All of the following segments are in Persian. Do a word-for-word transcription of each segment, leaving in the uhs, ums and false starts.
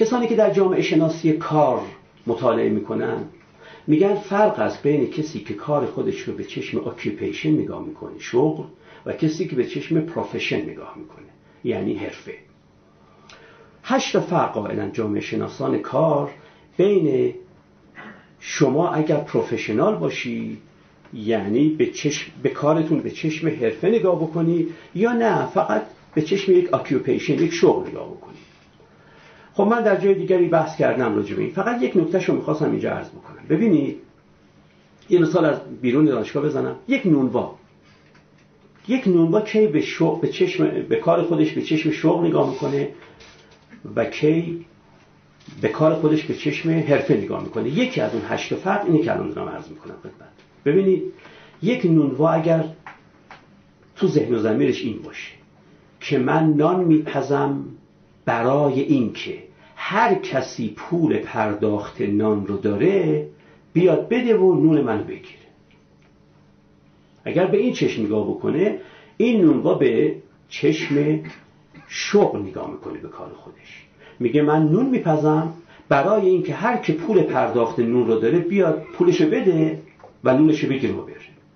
کسانی که در جامعه شناسی کار مطالعه میکنن میگن فرق است بین کسی که کار خودش رو به چشم اکیوپیشن نگاه میکنه، شغل، و کسی که به چشم پروفشن نگاه میکنه، یعنی حرفه. هشت فرق قائلن جامعه شناسان کار بین شما اگر پروفشنال باشی، یعنی به چشم به کارتون به چشم حرفه نگاه بکنی، یا نه فقط به چشم یک اکیوپیشن، یک شغل نگاه بکنی. خب من در جای دیگری بحث کردم راجع به این، فقط یک نکته رو می‌خواستم اینجا عرض بکنم. ببینید یه مثال از بیرون دانشگاه بزنم. یک نونوا یک نونوا کی به شغل به چشم به کار خودش به چشم شغل نگاه میکنه و کی به کار خودش به چشم حرفه نگاه میکنه. یکی از اون هشت فرق اینه که الان دارم عرض میکنم خدمت. ببینید یک نونوا اگر تو ذهن و ضمیرش این باشه که من نان میپزم برای این که هر کسی پول پرداخت نان رو داره بیاد بده و نون منو بگیره، اگر به این چشم نگاه بکنه، این نونوا به چشم شغل نگاه میکنه به کار خودش. میگه من نون میپزم برای این که هر که پول پرداخت نون رو داره بیاد پولشو بده و نونشو بگیره و بره.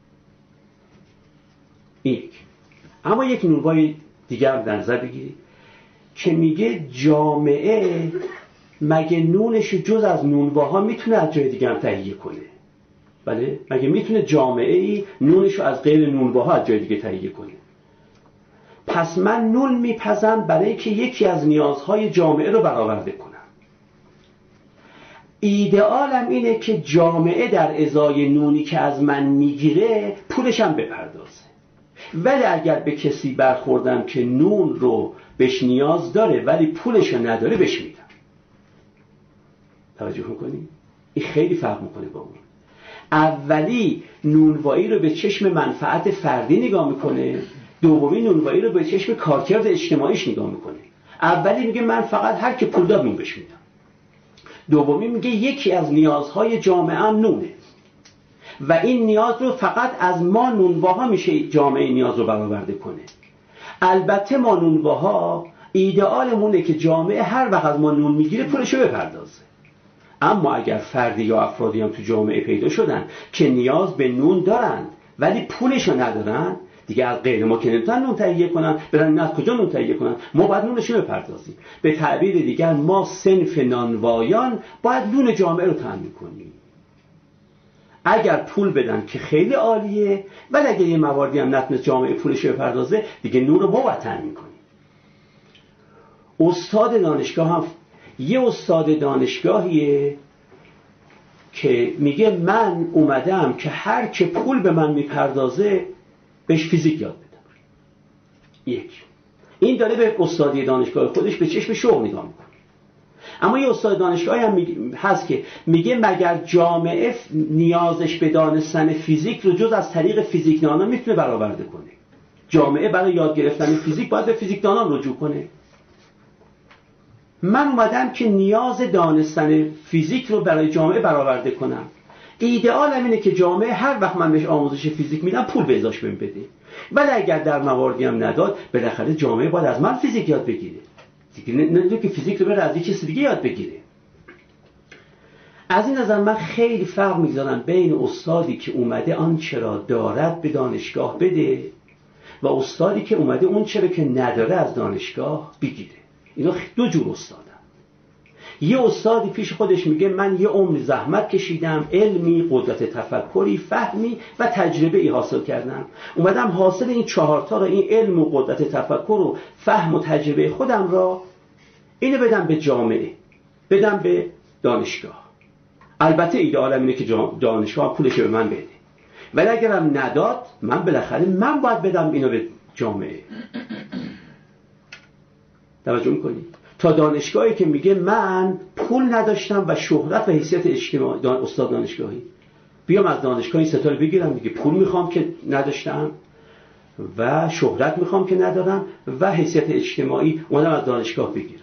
یک. اما یک نونوای دیگر در نظر بگیرید که میگه جامعه مگه نونش جز از نونواها میتونه از جای دیگه هم تهیه کنه؟ بله، مگه میتونه جامعه ای نونش از غیر نونواها از جای دیگه تهیه کنه؟ پس من نون میپزم برای که یکی از نیازهای جامعه رو برآورده کنم. ایدئالم اینه که جامعه در ازای نونی که از من میگیره پولشم بپردازه. ولی اگر به کسی برخوردم که نون رو بهش نیاز داره ولی پولش رو نداره، بهش میدم. توجه میکنی؟ این خیلی فرق میکنه با اون. اولی نونوایی رو به چشم منفعت فردی نگاه میکنه، دومی نونوایی رو به چشم کارکرد اجتماعیش نگاه میکنه. اولی میگه من فقط هر که پول داد نون بهش میدم. دومی میگه یکی از نیازهای جامعه هم نونه و این نیاز رو فقط از ما نونواها میشه جامعه نیاز رو برآورده کنه. البته ما نونواها ایدئالمونه که جامعه هر وقت از ما نون میگیره پولشو بپردازه. اما اگر فردی یا افرادی هم تو جامعه پیدا شدن که نیاز به نون دارن ولی پولشو ندارن، دیگه از غیر ما که نمیتونن نون تهیه کنن، برن نه از کجا نون تهیه کنن، ما باید نونشو بپردازیم. به تعبیر دیگر ما صنف نانوایان باید نون جامعه رو تامین کنیم. اگر پول بدن که خیلی عالیه، ولی اگر یه مواردی هم نتونه جامعه پولشو بپردازه، دیگه نون رو ما باید تامین کنیم. استاد دانشگاه هم یه استاد دانشگاهیه که میگه من اومدم که هر که پول به من میپردازه بهش فیزیک یاد بدم. یک، این داره به استادی دانشگاه خودش به چشم شغل نگاه میکنه. اما یه استاد دانشگاهی هم هست که میگه مگر جامعه نیازش به دانستن فیزیک رو جز از طریق فیزیکدانان میتونه برآورده کنه؟ جامعه برای یاد گرفتن فیزیک باید به فیزیکدانان رجوع کنه. من اومدم که نیاز دانستن فیزیک رو برای جامعه برآورده کنم. ایدئالم اینه که جامعه هر وقت من بهش آموزش فیزیک میدم پول به ازاش بهم بده. ولی اگر در مواردی هم نداد، بالاخره جامعه باید از من فیزیک یاد بگیره. دیگه نه که فیزیک رو بره از یک چیز دیگه یاد بگیره. از این نظر من خیلی فرق میذارم بین استادی که اومده آن چرا دارد به دانشگاه بده و استادی که اومده اون چرا که نداره از دانشگاه بگیره. اینا دو جور استادن. یه استادی پیش خودش میگه من یه عمر زحمت کشیدم، علمی، قدرت تفکری، فهمی و تجربه ای حاصل کردم. اومدم حاصل این چهارتا را، این علم و قدرت تفکر و فهم و تجربه خودم را اینو بدم به جامعه، بدم به دانشگاه. البته ایدئالم اینه که دانشگاه پولش به من بده، ولی اگرم نداد، من بالاخره من باید بدم اینو به جامعه. توجه میکنید؟ تا دانشگاهی که میگه من پول نداشتم و شهرت و حیثیت اجتماعی، دان... استاد دانشگاهی بیام از دانشگاه این ستاره بگیرم، میگه پول میخوام که نداشتم و شهرت میخوام که ندارم و حیثیت اجتماعی اومدم از دانشگاه بگیرم.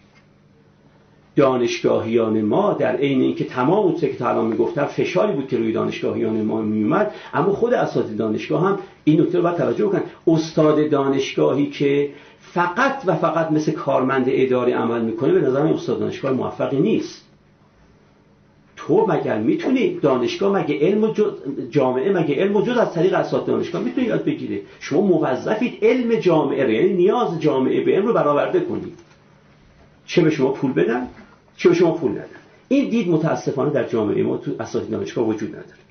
دانشگاهیان ما در عین اینکه تمام اون که تا الان میگفتم فشاری بود که روی دانشگاهیان ما میومد، اما خود اساتید دانشگاه هم این نکته رو باید توجه کنید. استاد دانشگاهی که فقط و فقط مثل کارمند اداری عمل میکنه به نظر من استاد دانشگاه موفقی نیست. تو مگر میتونی دانشگاه مگه علم جامعه مگه علم وجود از طریق اساتید دانشگاه میتونی یاد بگیری؟ شما موظفید علم جامعه رو، یعنی نیاز جامعه به علم رو برآورده کنید. چه به شما پول بدن چه به شما پول ندن. این دید متاسفانه در جامعه ما تو اساتید دانشگاه وجود نداره.